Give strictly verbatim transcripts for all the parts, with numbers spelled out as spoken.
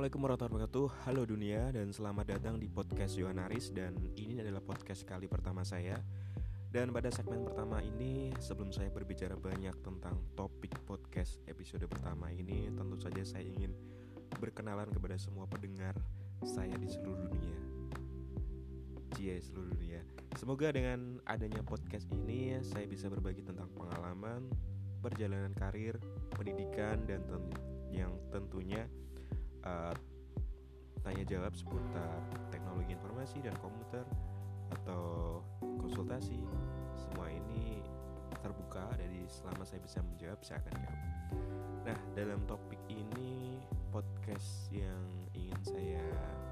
Assalamualaikum warahmatullahi wabarakatuh. Halo dunia dan selamat datang di podcast Yohanaris. Dan ini adalah podcast kali pertama saya. Dan pada segmen pertama ini, sebelum saya berbicara banyak tentang topik podcast episode pertama ini, tentu saja saya ingin berkenalan kepada semua pendengar saya di seluruh dunia. Cie, seluruh dunia. Semoga dengan adanya podcast ini saya bisa berbagi tentang pengalaman, perjalanan karir, pendidikan, dan ten- yang tentunya Uh, tanya jawab seputar teknologi informasi dan komputer atau konsultasi. Semua ini terbuka, jadi selama saya bisa menjawab saya akan jawab. Nah, dalam topik ini, podcast yang ingin saya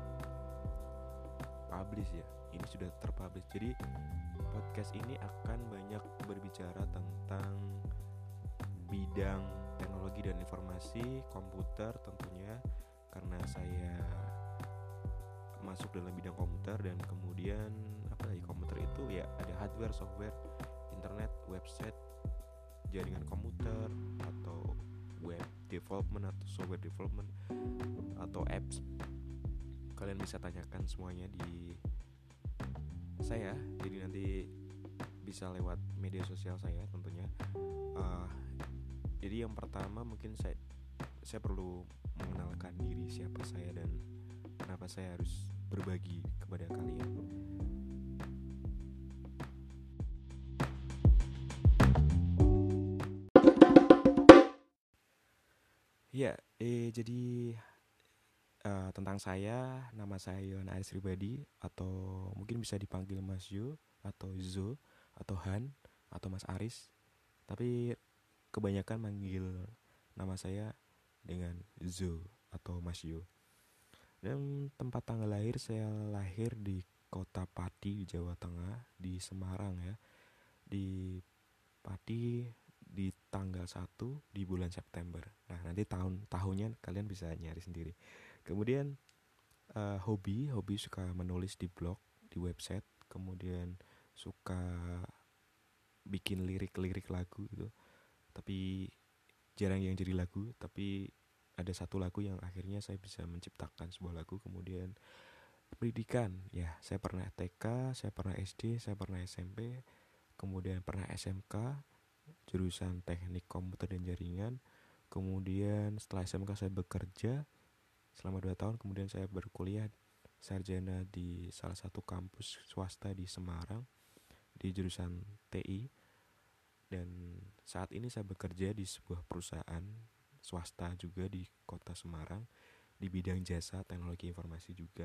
publish ya, ini sudah terpublish. Jadi podcast ini akan banyak berbicara tentang bidang teknologi dan informasi komputer tentunya, karena saya masuk dalam bidang komputer. Dan kemudian apa lagi, komputer itu ya ada hardware, software, internet, website, jaringan komputer, atau web development atau software development atau apps. Kalian bisa tanyakan semuanya di saya, jadi nanti bisa lewat media sosial saya tentunya. uh, Jadi yang pertama mungkin saya saya perlu mengenalkan diri, siapa saya dan kenapa saya harus berbagi kepada kalian. Ya, eh jadi uh, tentang saya, nama saya Yohanaris Ribadi, atau mungkin bisa dipanggil Mas Yo atau Zo atau Han atau Mas Aris. Tapi kebanyakan manggil nama saya dengan Zo atau Mas Yo. Dan tempat tanggal lahir, saya lahir di Kota Pati, Jawa Tengah, di Semarang ya. Di Pati di tanggal satu di bulan September. Nah, nanti tahun tahunnya kalian bisa nyari sendiri. Kemudian uh, hobi, hobi suka menulis di blog, di website, kemudian suka bikin lirik-lirik lagu gitu. Tapi jarang yang jadi lagu, tapi ada satu lagu yang akhirnya saya bisa menciptakan sebuah lagu. Kemudian pendidikan, ya saya pernah T K, saya pernah S D, saya pernah S M P, kemudian pernah S M K, jurusan teknik komputer dan jaringan. Kemudian setelah S M K saya bekerja selama dua tahun, kemudian saya berkuliah sarjana di salah satu kampus swasta di Semarang di jurusan T I. Dan saat ini saya bekerja di sebuah perusahaan swasta juga di kota Semarang di bidang jasa teknologi informasi juga.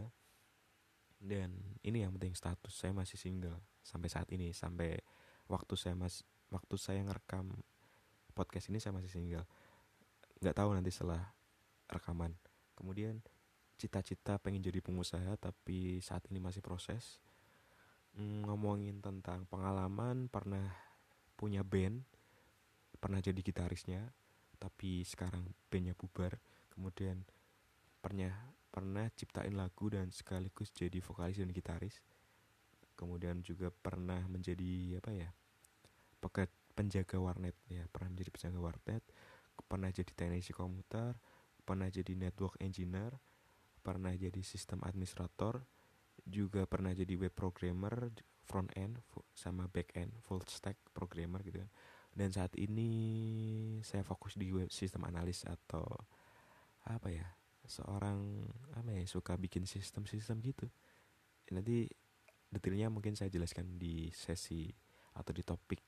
Dan ini yang penting, status saya masih single sampai saat ini, sampai waktu saya mas waktu saya ngerekam podcast ini saya masih single. Nggak tahu nanti setelah rekaman. Kemudian cita-cita pengen jadi pengusaha, tapi saat ini masih proses. Hmm, ngomongin tentang pengalaman, pernah punya band, pernah jadi gitarisnya, tapi sekarang bandnya bubar. Kemudian pernah pernah ciptain lagu dan sekaligus jadi vokalis dan gitaris. Kemudian juga pernah menjadi apa ya, pekerja penjaga warnet ya, pernah menjadi penjaga warnet, pernah jadi teknisi komputer, pernah jadi network engineer, pernah jadi sistem administrator, juga pernah jadi web programmer, front end sama back end, full stack programmer gitu kan. Dan saat ini saya fokus di web sistem analis, atau apa ya, seorang apa ya, suka bikin sistem-sistem gitu. Nanti detailnya mungkin saya jelaskan di sesi atau di topik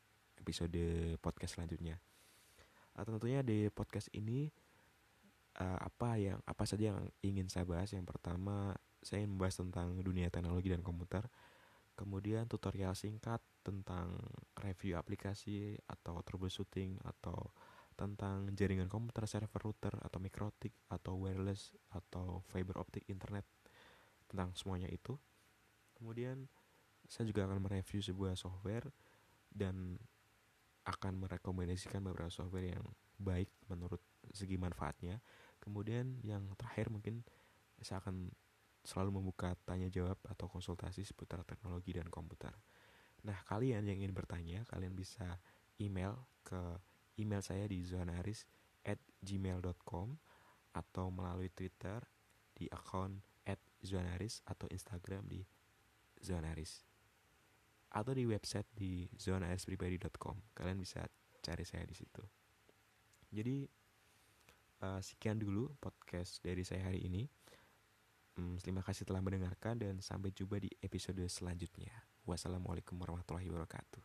episode podcast selanjutnya. Atau tentunya di podcast ini uh, apa yang apa saja yang ingin saya bahas. Yang pertama, saya ingin membahas tentang dunia teknologi dan komputer. Kemudian tutorial singkat tentang review aplikasi atau troubleshooting, atau tentang jaringan komputer, server, router, atau mikrotik, atau wireless, atau fiber optic internet, tentang semuanya itu. Kemudian saya juga akan mereview sebuah software dan akan merekomendasikan beberapa software yang baik menurut segi manfaatnya. Kemudian yang terakhir mungkin saya akan selalu membuka tanya jawab atau konsultasi seputar teknologi dan komputer. Nah, kalian yang ingin bertanya, kalian bisa email ke email saya di zohanaris at gmail dot com, atau melalui Twitter di akun at zonaris atau Instagram di zonaris, atau di website di zonarispribadi dot com. Kalian bisa cari saya di situ. Jadi uh, sekian dulu podcast dari saya hari ini. Hmm, terima kasih telah mendengarkan dan sampai jumpa di episode selanjutnya. Wassalamualaikum warahmatullahi wabarakatuh.